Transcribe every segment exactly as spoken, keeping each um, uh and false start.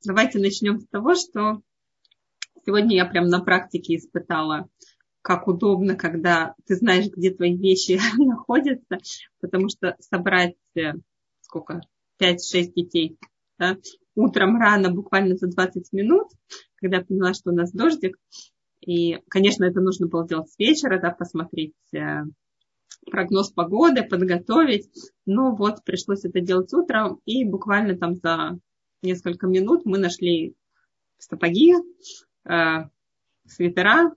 давайте начнем с того, что сегодня я прям на практике испытала, как удобно, когда ты знаешь, где твои вещи находятся, потому что собрать сколько, пять-шесть детей, да, утром рано, буквально за двадцать минут, когда я поняла, что у нас дождик, и, конечно, это нужно было делать с вечера, да, посмотреть прогноз погоды, подготовить, но вот пришлось это делать утром, и буквально там за несколько минут мы нашли сапоги, э, свитера,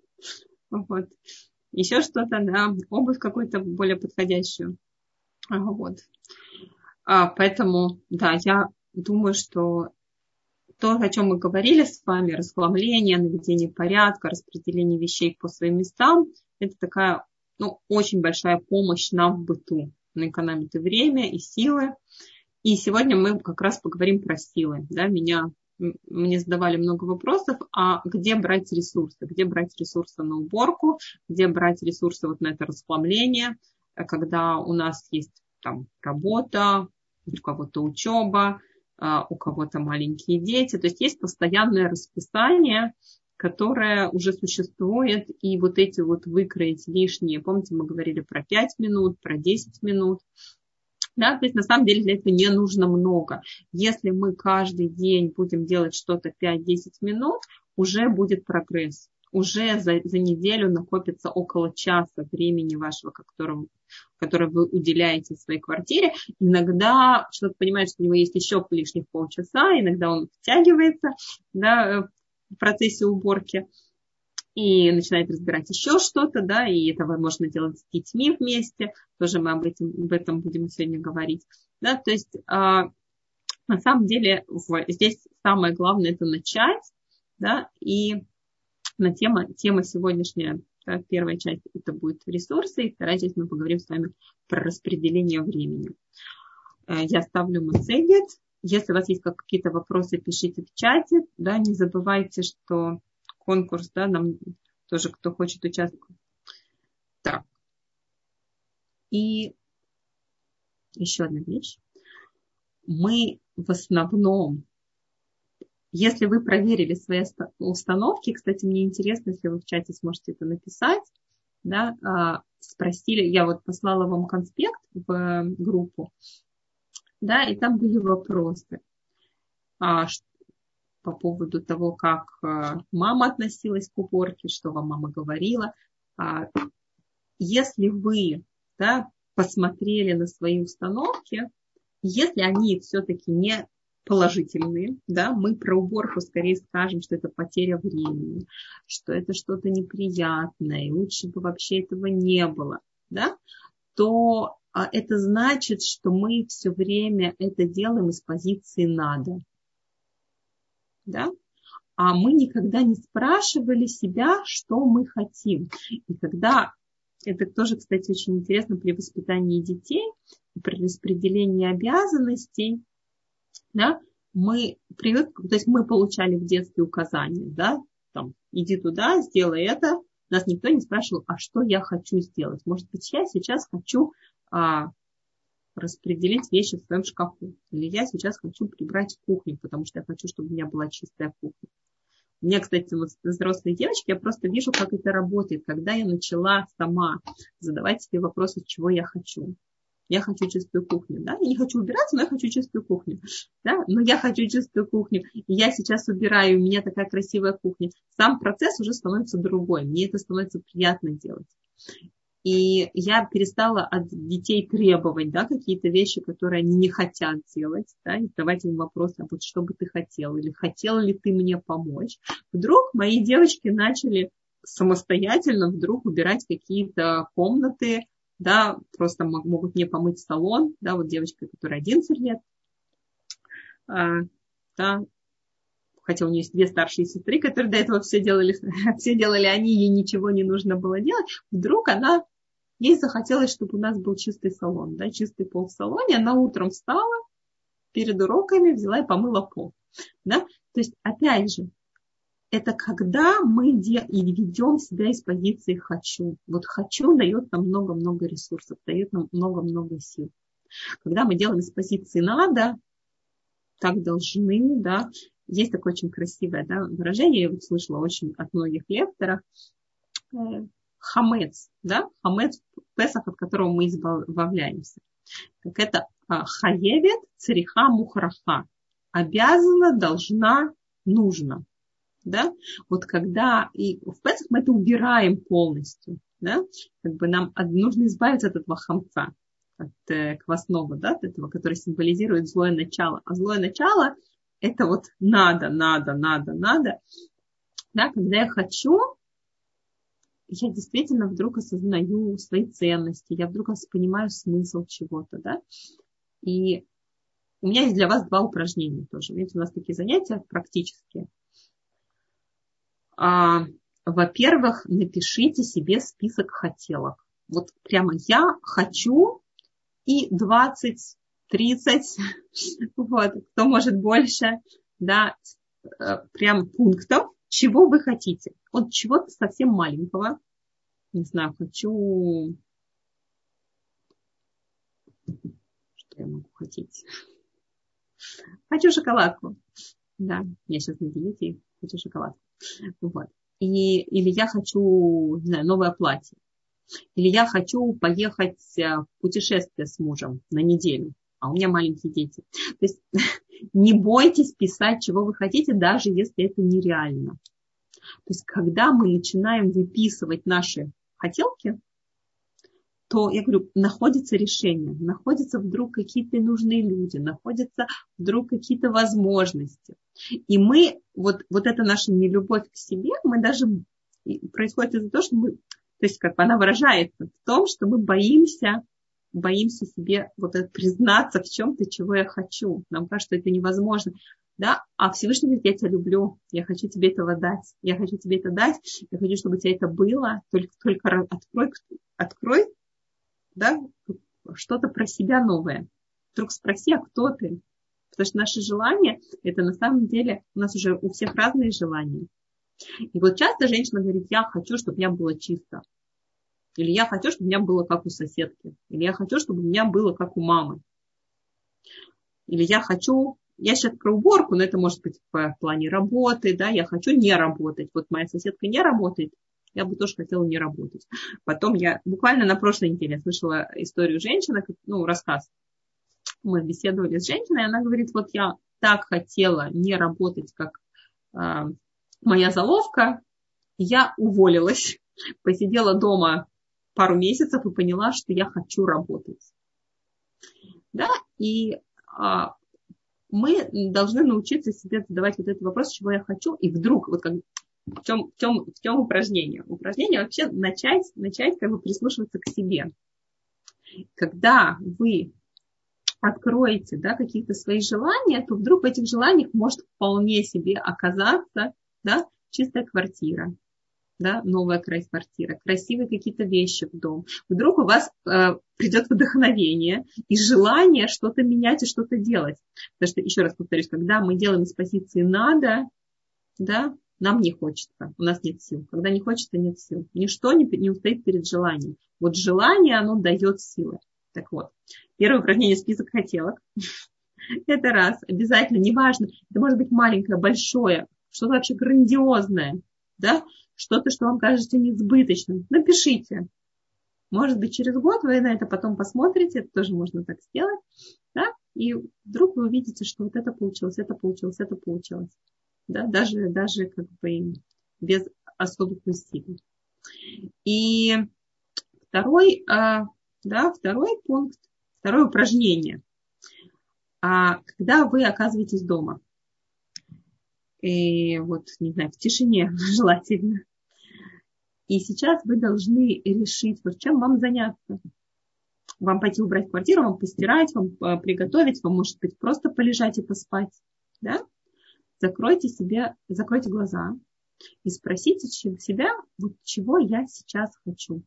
вот, еще что-то, да, обувь какую-то более подходящую, вот. А, поэтому, да, я думаю, что то, о чем мы говорили с вами, расхламление, наведение порядка, распределение вещей по своим местам, это такая, ну, очень большая помощь нам в быту. Она экономит и время, и силы. И сегодня мы как раз поговорим про силы. Да, меня, мне задавали много вопросов, а где брать ресурсы? Где брать ресурсы на уборку? Где брать ресурсы вот на это расхламление? Когда у нас есть там работа, у кого-то учеба, у кого-то маленькие дети. То есть есть постоянное расписание, которое уже существует, и вот эти вот выкроить лишние, помните, мы говорили про пять минут, про десять минут. Да, то есть на самом деле для этого не нужно много. Если мы каждый день будем делать что-то пять-десять минут, уже будет прогресс. Уже за, за неделю накопится около часа времени вашего, которым, которое вы уделяете своей квартире. Иногда человек понимает, что у него есть еще лишних полчаса, иногда он втягивается, да, в процессе уборки и начинает разбирать еще что-то, да, и это можно делать с детьми вместе, тоже мы об этом, об этом будем сегодня говорить. Да, то есть на самом деле здесь самое главное это начать, да, и на тема, тема сегодняшняя, да, первая часть это будет ресурсы, и вторая часть мы поговорим с вами про распределение времени. Я ставлю мацегет. Если у вас есть какие-то вопросы, пишите в чате. Да, не забывайте, что конкурс, да, нам тоже кто хочет участвовать. Так. И еще одна вещь. Мы в основном, если вы проверили свои установки, кстати, мне интересно, если вы в чате сможете это написать, да, спросили, я вот послала вам конспект в группу, да, и там были вопросы а, по поводу того, как мама относилась к уборке, что вам мама говорила. А, если вы, да, посмотрели на свои установки, если они все-таки не положительные, да, мы про уборку скорее скажем, что это потеря времени, что это что-то неприятное, и лучше бы вообще этого не было, да, то а, это значит, что мы все время это делаем из позиции «надо», да, а мы никогда не спрашивали себя, что мы хотим. И когда, это тоже, кстати, очень интересно при воспитании детей, при распределении обязанностей, да, мы привыкли, то есть мы получали в детстве указания, да, там, иди туда, сделай это. Нас никто не спрашивал, а что я хочу сделать. Может быть, я сейчас хочу а, распределить вещи в своем шкафу. Или я сейчас хочу прибрать кухню, потому что я хочу, чтобы у меня была чистая кухня. У меня, кстати, вот взрослые девочки, я просто вижу, как это работает, когда я начала сама задавать себе вопросы, чего я хочу. Я хочу чистую кухню, да, я не хочу убираться, но я хочу чистую кухню, да, но я хочу чистую кухню, и я сейчас убираю, у меня такая красивая кухня. Сам процесс уже становится другой, мне это становится приятно делать. И я перестала от детей требовать, да, какие-то вещи, которые они не хотят делать, да, и задавать им вопросы, а вот что бы ты хотел, или хотела ли ты мне помочь. Вдруг мои девочки начали самостоятельно вдруг убирать какие-то комнаты, да, просто могут не помыть салон, да, вот девочка, которая одиннадцать лет, а, да, хотя у нее есть две старшие сестры, которые до этого все делали, все делали они, ей ничего не нужно было делать, вдруг она, ей захотелось, чтобы у нас был чистый салон, да, чистый пол в салоне, она утром встала, перед уроками взяла и помыла пол, да, то есть, опять же, это когда мы ведем себя из позиции «хочу». Вот «хочу» дает нам много-много ресурсов, дает нам много-много сил. Когда мы делаем из позиции «надо», так должны, да, есть такое очень красивое, да, выражение, я вот слышала очень от многих лекторов, хамец, да, хамец в Песах, от которого мы избавляемся. Так это хаевет цариха мухраха. Обязана, должна, нужно. Да? Вот когда и в Песах мы это убираем полностью, да? Как бы нам нужно избавиться от этого хамца, от э, квасного, да, от этого, который символизирует злое начало. А злое начало это вот надо, надо, надо, надо. Да? Когда я хочу, я действительно вдруг осознаю свои ценности, я вдруг понимаю смысл чего-то, да. И у меня есть для вас два упражнения тоже. Видите, у нас такие занятия практические. А, во-первых, напишите себе список хотелок. Вот прямо я хочу и двадцать, тридцать, вот, кто может больше, да, прям пунктов, чего вы хотите. Вот чего-то совсем маленького. Не знаю, хочу... Что я могу хотеть? Хочу шоколадку. Да, я сейчас на диете и хочу шоколадку. Вот. И, или я хочу, не знаю, новое платье. Или я хочу поехать в путешествие с мужем на неделю. А у меня маленькие дети. То есть не бойтесь писать, чего вы хотите, даже если это нереально. То есть когда мы начинаем выписывать наши хотелки, то, я говорю, находится решение, находятся вдруг какие-то нужные люди, находятся вдруг какие-то возможности. И мы, вот, вот эта наша нелюбовь к себе, мы даже, происходит из-за того, что мы, то есть как бы она выражается в том, что мы боимся, боимся себе вот это признаться в чем-то, чего я хочу. Нам кажется, что это невозможно. Да? А Всевышний говорит, я тебя люблю, я хочу тебе этого дать, я хочу тебе это дать, я хочу, чтобы у тебя это было, только, только открой, открой, да, что-то про себя новое. Вдруг спроси, а кто ты? Потому что наши желания, это на самом деле, у нас уже у всех разные желания. И вот часто женщина говорит, я хочу, чтобы у меня было чисто. Или я хочу, чтобы у меня было как у соседки. Или я хочу, чтобы у меня было как у мамы. Или я хочу, я сейчас про уборку, но это может быть в плане работы, да, я хочу не работать. Вот моя соседка не работает, я бы тоже хотела не работать. Потом я буквально на прошлой неделе слышала историю женщины, ну, рассказ. Мы беседовали с женщиной, и она говорит, вот я так хотела не работать, как э, моя заловка, я уволилась, посидела дома пару месяцев и поняла, что я хочу работать. Да, и э, мы должны научиться себе задавать вот этот вопрос, чего я хочу, и вдруг, вот как В чем, в, чем, в чем упражнение? Упражнение вообще начать, начать как бы прислушиваться к себе. Когда вы откроете, да, какие-то свои желания, то вдруг в этих желаниях может вполне себе оказаться, да, чистая квартира, да, новая квартира, красивые какие-то вещи в дом. Вдруг у вас э, придет вдохновение и желание что-то менять и что-то делать. Потому что, еще раз повторюсь, когда мы делаем из позиции «надо», да, нам не хочется, у нас нет сил. Когда не хочется, нет сил. Ничто не, не устоит перед желанием. Вот желание, оно дает силы. Так вот, первое упражнение — список хотелок. Это раз, обязательно, неважно, это может быть маленькое, большое, что-то вообще грандиозное, да, что-то, что вам кажется несбыточным. Напишите. Может быть, через год вы на это потом посмотрите, это тоже можно так сделать, да, и вдруг вы увидите, что вот это получилось, это получилось, это получилось. Да, даже, даже как бы без особых усилий. И второй, да, второй пункт, второе упражнение. Когда вы оказываетесь дома, и вот, не знаю, в тишине желательно, и сейчас вы должны решить, вот чем вам заняться. Вам пойти убрать квартиру, вам постирать, вам приготовить, вам, может быть, просто полежать и поспать, да? Закройте себе, закройте глаза и спросите себя, вот чего я сейчас хочу.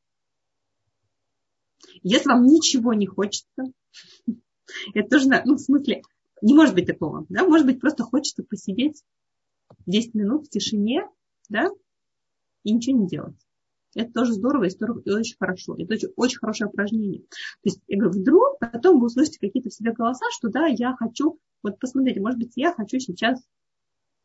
Если вам ничего не хочется, это тоже, ну, в смысле, не может быть такого, да, может быть, просто хочется посидеть десять минут в тишине, да, и ничего не делать. Это тоже здорово и, здорово, и очень хорошо. Это очень, очень хорошее упражнение. То есть, я говорю, вдруг потом вы услышите какие-то в себе голоса, что да, я хочу, вот посмотрите, может быть, я хочу сейчас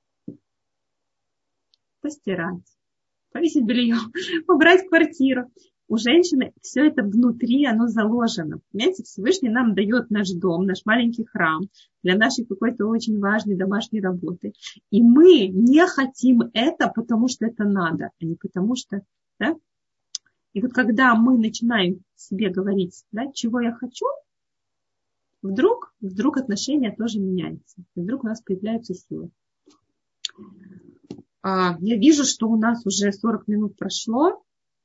постирать, повесить белье, убрать квартиру. У женщины все это внутри, оно заложено. Понимаете, Всевышний нам дает наш дом, наш маленький храм для нашей какой-то очень важной домашней работы. И мы не хотим это, потому что это надо, а не потому что... Да? И вот когда мы начинаем себе говорить, да, чего я хочу, вдруг, вдруг отношения тоже меняются. И вдруг у нас появляются силы. А, я вижу, что у нас уже сорок минут прошло.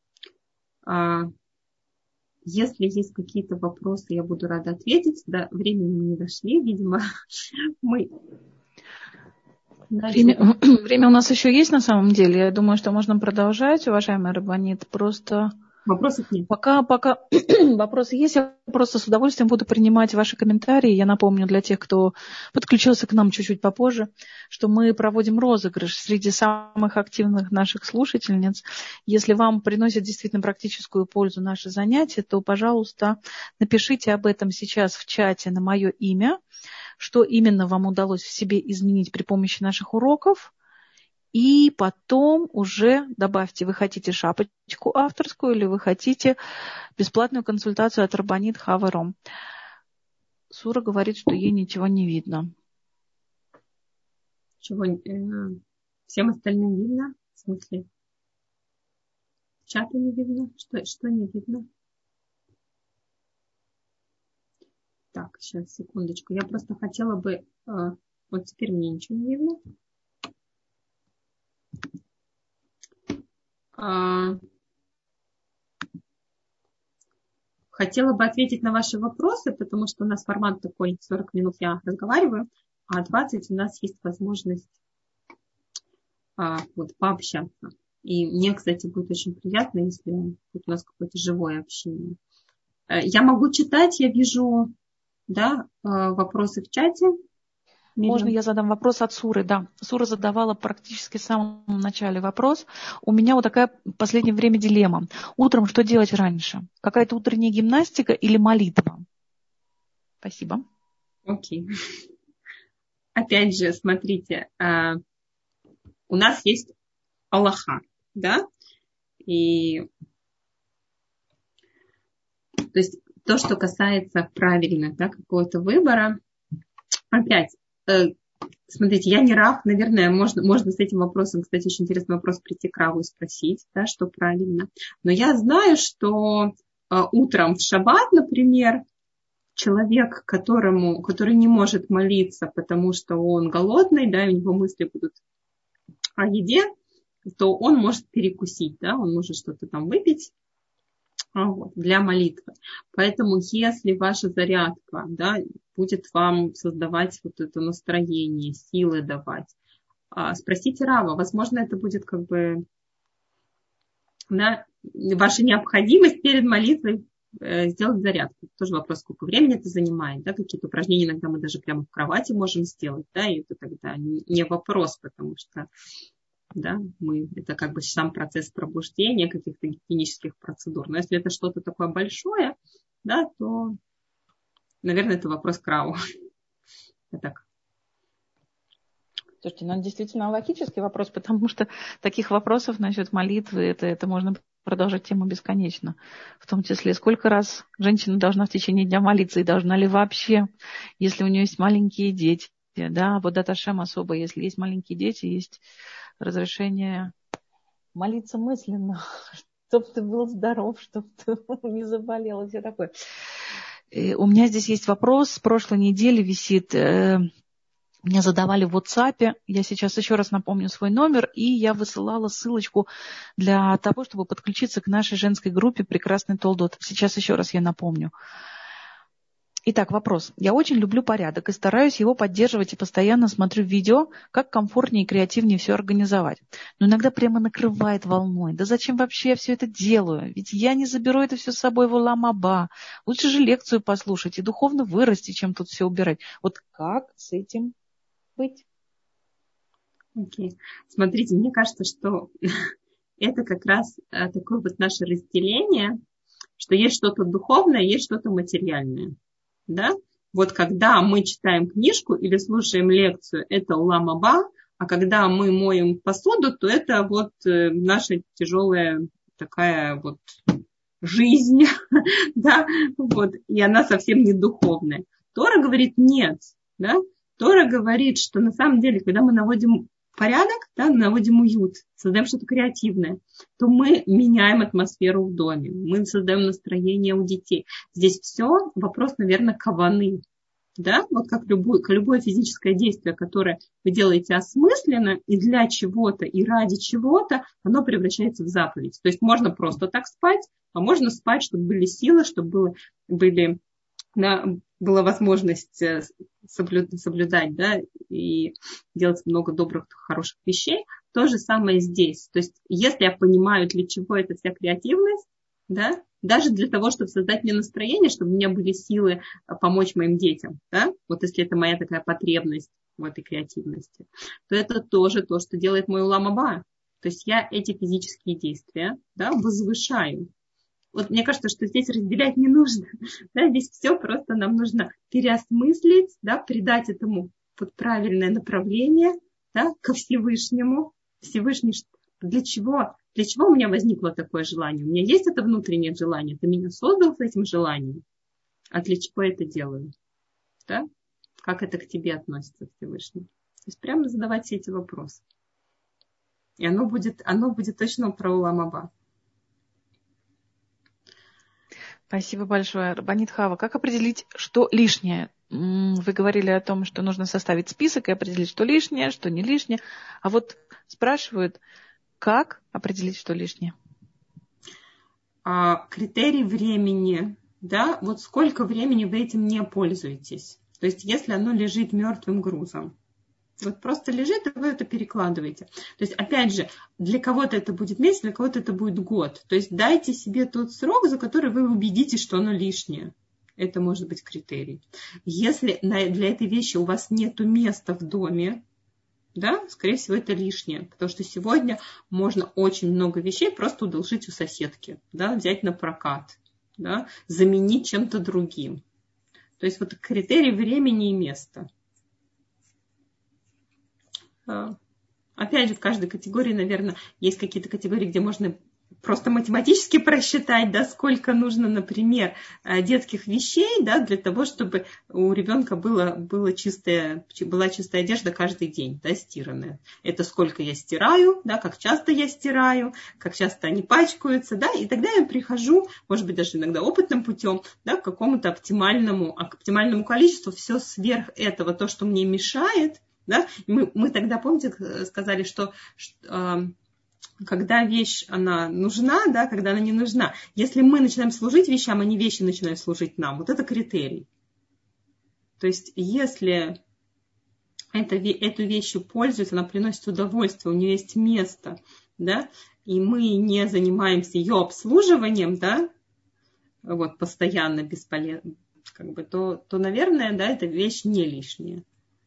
Если есть какие-то вопросы, я буду рада ответить. До времени мы не дошли, видимо, мы... Время, время у нас еще есть на самом деле. Я думаю, что можно продолжать, уважаемый Рабанит. Просто... Вопросов нет. Пока, пока вопросы есть, я просто с удовольствием буду принимать ваши комментарии. Я напомню для тех, кто подключился к нам чуть-чуть попозже, что мы проводим розыгрыш среди самых активных наших слушательниц. Если вам приносят действительно практическую пользу наши занятия, то, пожалуйста, напишите об этом сейчас в чате на мое имя, что именно вам удалось в себе изменить при помощи наших уроков. И потом уже добавьте, вы хотите шапочку авторскую или вы хотите бесплатную консультацию от Рабанит Хава.ром. Сура говорит, что ей ничего не видно. Чего? Всем остальным видно? В смысле? Чата не видно? Что, что не видно? Так, сейчас, секундочку. Я просто хотела бы... Вот теперь мне ничего не видно. Хотела бы ответить на ваши вопросы, потому что у нас формат такой, сорок минут я разговариваю, а двадцать у нас есть возможность а, вот, пообщаться. И мне, кстати, будет очень приятно, если будет у нас какое-то живое общение. Я могу читать, я вижу, да, вопросы в чате. Можно я задам вопрос от Суры? Да, Сура задавала практически в самом начале вопрос. У меня вот такая в последнее время дилемма. Утром что делать раньше? Какая-то утренняя гимнастика или молитва? Спасибо. Окей. Опять же, смотрите, у нас есть алаха, да? И то есть то, что касается правильно, да, какого-то выбора, опять, смотрите, я не рав, наверное, можно, можно с этим вопросом, кстати, очень интересный вопрос, прийти к раву и спросить, да, что правильно. Но я знаю, что э, утром в шаббат, например, человек, которому, который не может молиться, потому что он голодный, да, у него мысли будут о еде, то он может перекусить, да, он может что-то там выпить. Вот, для молитвы. Поэтому, если ваша зарядка, да, будет вам создавать вот это настроение, силы давать, спросите рава, возможно, это будет как бы, да, ваша необходимость перед молитвой э, сделать зарядку. Тоже вопрос, сколько времени это занимает, да, какие-то упражнения иногда мы даже прямо в кровати можем сделать, да, и это тогда не вопрос, потому что да, мы, это как бы сам процесс пробуждения каких-то гигиенических процедур. Но если это что-то такое большое, да, то, наверное, это вопрос к раву. Так. Слушайте, ну, действительно логический вопрос, потому что таких вопросов насчет молитвы, это, это можно продолжать тему бесконечно. В том числе, сколько раз женщина должна в течение дня молиться, и должна ли вообще, если у нее есть маленькие дети, да, вот это Шем особо, если есть маленькие дети, есть разрешение молиться мысленно, чтобы ты был здоров, чтобы ты не заболел и все такое. И у меня здесь есть вопрос, с прошлой недели висит, э, мне задавали в WhatsApp, я сейчас еще раз напомню свой номер, и я высылала ссылочку для того, чтобы подключиться к нашей женской группе «Прекрасный Толдот». Сейчас еще раз я напомню. Итак, вопрос. Я очень люблю порядок и стараюсь его поддерживать и постоянно смотрю видео, как комфортнее и креативнее все организовать. Но иногда прямо накрывает волной. Да зачем вообще я все это делаю? Ведь я не заберу это все с собой в Олам Аба. Лучше же лекцию послушать и духовно вырасти, чем тут все убирать. Вот как с этим быть? Окей. Смотрите, мне кажется, что это как раз такое вот наше разделение, что есть что-то духовное, есть что-то материальное. Да? Вот когда мы читаем книжку или слушаем лекцию, это Олам Аба, А когда мы моем посуду, то это вот наша тяжелая такая вот жизнь, да, вот, и она совсем не духовная. Тора говорит нет, да, Тора говорит, что на самом деле, когда мы наводим порядок, да, наводим уют, создаем что-то креативное, то мы меняем атмосферу в доме, мы создаем настроение у детей. Здесь все вопрос, наверное, каваны. Да? Вот как любое, любое физическое действие, которое вы делаете осмысленно и для чего-то, и ради чего-то, оно превращается в заповедь. То есть можно просто так спать, а можно спать, чтобы были силы, чтобы было, были, да, была возможность соблюдать, соблюдать, да, и делать много добрых, хороших вещей. То же самое здесь. То есть если я понимаю, для чего эта вся креативность, да, даже для того, чтобы создать мне настроение, чтобы у меня были силы помочь моим детям, да, вот если это моя такая потребность в этой креативности, то это тоже то, что делает мой улам аба. То есть я эти физические действия, да, возвышаю. Вот мне кажется, что здесь разделять не нужно, да, здесь все просто нам нужно переосмыслить, да, придать этому вот правильное направление, да, ко Всевышнему. Всевышний для чего? Для чего у меня возникло такое желание? У меня есть это внутреннее желание. Ты меня создал с этим желанием. А для чего я это делаю? Да? Как это к тебе относится, Всевышний? То есть прямо задавать все эти вопросы. И оно будет, оно будет точно про улам аба. Спасибо большое. Рабанит Хава, как определить, что лишнее? Вы говорили о том, что нужно составить список и определить, что лишнее, что не лишнее. А вот спрашивают, как определить, что лишнее? А, критерий времени, да, вот сколько времени вы этим не пользуетесь. То есть, если оно лежит мертвым грузом, вот просто лежит, и вы это перекладываете. То есть, опять же, для кого-то это будет месяц, для кого-то это будет год. То есть, дайте себе тот срок, за который вы убедитесь, что оно лишнее. Это может быть критерий. Если для этой вещи у вас нет места в доме, да, скорее всего, это лишнее, потому что сегодня можно очень много вещей просто удолжить у соседки, да, взять на прокат, да, заменить чем-то другим. То есть вот критерий времени и места. Опять же, в каждой категории, наверное, есть какие-то категории, где можно просто математически просчитать, да, сколько нужно, например, детских вещей, да, для того, чтобы у ребенка было, было чистая, была чистая одежда каждый день, да, стиранная. Это сколько я стираю, да, как часто я стираю, как часто они пачкаются, да, и тогда я прихожу, может быть, даже иногда опытным путем, да, к какому-то оптимальному, к оптимальному количеству. Все сверх этого, то, что мне мешает, да, мы, мы тогда, помните, сказали, что, что когда вещь, она нужна, да, когда она не нужна. Если мы начинаем служить вещам, а не вещи начинают служить нам, вот это критерий. То есть, если это, эту вещью пользуются, она приносит удовольствие, у нее есть место, да, и мы не занимаемся ее обслуживанием, да, вот, постоянно, бесполезно, как бы, то, то, наверное, да, эта вещь не лишняя.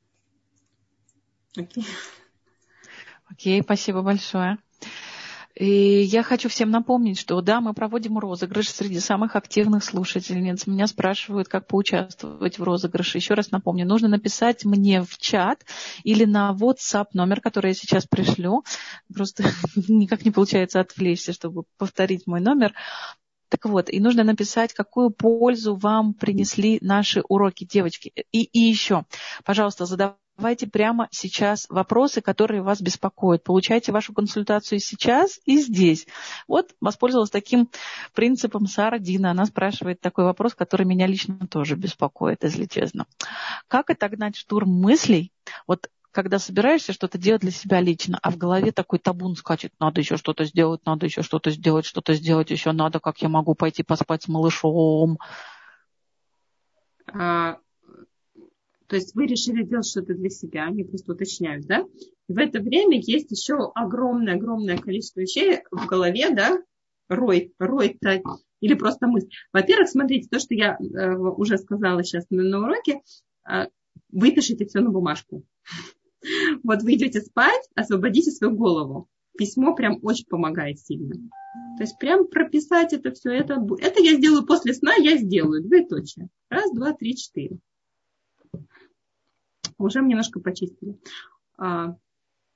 Окей. Окей, спасибо большое. И я хочу всем напомнить, что да, мы проводим розыгрыш среди самых активных слушательниц. Меня спрашивают, как поучаствовать в розыгрыше. Еще раз напомню, нужно написать мне в чат или на WhatsApp номер, который я сейчас пришлю. Просто никак не получается отвлечься, чтобы повторить мой номер. Так вот, и нужно написать, какую пользу вам принесли наши уроки, девочки. И, и еще, пожалуйста, задавайте. Давайте прямо сейчас вопросы, которые вас беспокоят. Получайте вашу консультацию сейчас и здесь. Вот воспользовалась таким принципом Сара Дина. Она спрашивает такой вопрос, который меня лично тоже беспокоит, если честно. Как отогнать штурм мыслей, вот когда собираешься что-то делать для себя лично, а в голове такой табун скачет, надо еще что-то сделать, надо еще что-то сделать, что-то сделать еще надо, как я могу пойти поспать с малышом? А... То есть вы решили делать что-то для себя, они просто уточняют, да? И в это время есть еще огромное-огромное количество вещей в голове, да? Рой, рой, или просто мысль. Во-первых, смотрите, то, что я э, уже сказала сейчас на, на уроке, э, выпишите все на бумажку. Вот вы идете спать, освободите свою голову. Письмо прям очень помогает сильно. То есть прям прописать это все, это, это я сделаю после сна, я сделаю, двоеточие. Раз, два, три, четыре. Уже немножко почистили.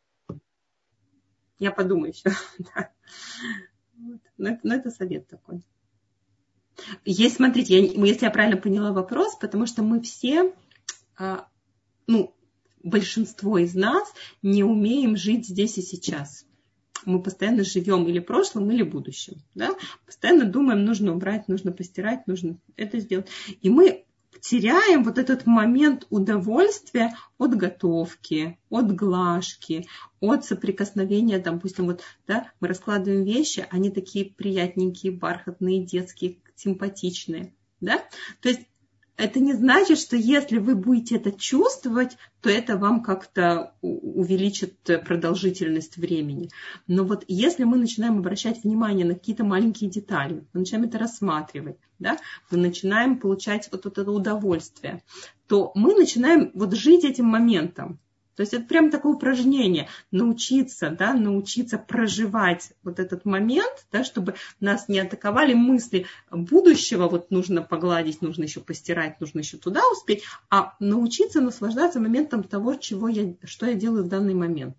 Я подумаю еще. Да. Вот. Но, но это совет такой. Есть, смотрите, я, если я правильно поняла вопрос, потому что мы все, а, ну, большинство из нас не умеем жить здесь и сейчас. Мы постоянно живем или прошлым, или будущим. Да? Постоянно думаем, нужно убрать, нужно постирать, нужно это сделать. И мы теряем вот этот момент удовольствия от готовки, от глажки, от соприкосновения, допустим, вот, да, мы раскладываем вещи, они такие приятненькие, бархатные, детские, симпатичные. Да? То есть это не значит, что если вы будете это чувствовать, то это вам как-то увеличит продолжительность времени. Но вот если мы начинаем обращать внимание на какие-то маленькие детали, мы начинаем это рассматривать, да, мы начинаем получать вот это удовольствие, то мы начинаем вот жить этим моментом. То есть это прям такое упражнение, научиться, да, научиться проживать вот этот момент, да, чтобы нас не атаковали мысли будущего, вот нужно погладить, нужно еще постирать, нужно еще туда успеть, а научиться наслаждаться моментом того, чего я, что я делаю в данный момент.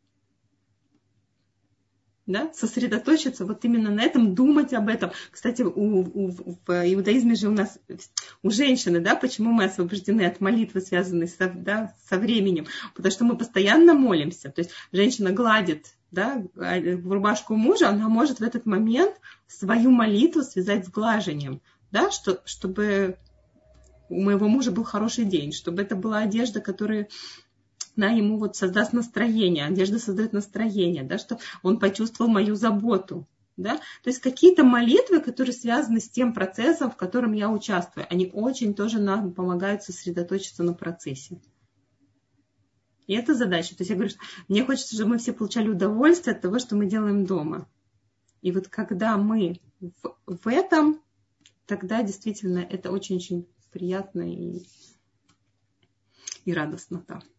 Да, сосредоточиться вот именно на этом, думать об этом. Кстати, у, у, в иудаизме же у нас, у женщины, да, почему мы освобождены от молитвы, связанной со, да, со временем? Потому что мы постоянно молимся. То есть женщина гладит, да, рубашку мужа, она может в этот момент свою молитву связать с глажением, да, что, чтобы у моего мужа был хороший день, чтобы это была одежда, которая... Да, ему вот создаст настроение, одежда создает настроение, да, что он почувствовал мою заботу. Да? То есть какие-то молитвы, которые связаны с тем процессом, в котором я участвую, они очень тоже нам помогают сосредоточиться на процессе. И это задача. То есть я говорю, что мне хочется, чтобы мы все получали удовольствие от того, что мы делаем дома. И вот когда мы в, в этом, тогда действительно это очень-очень приятно и, и радостно. Да.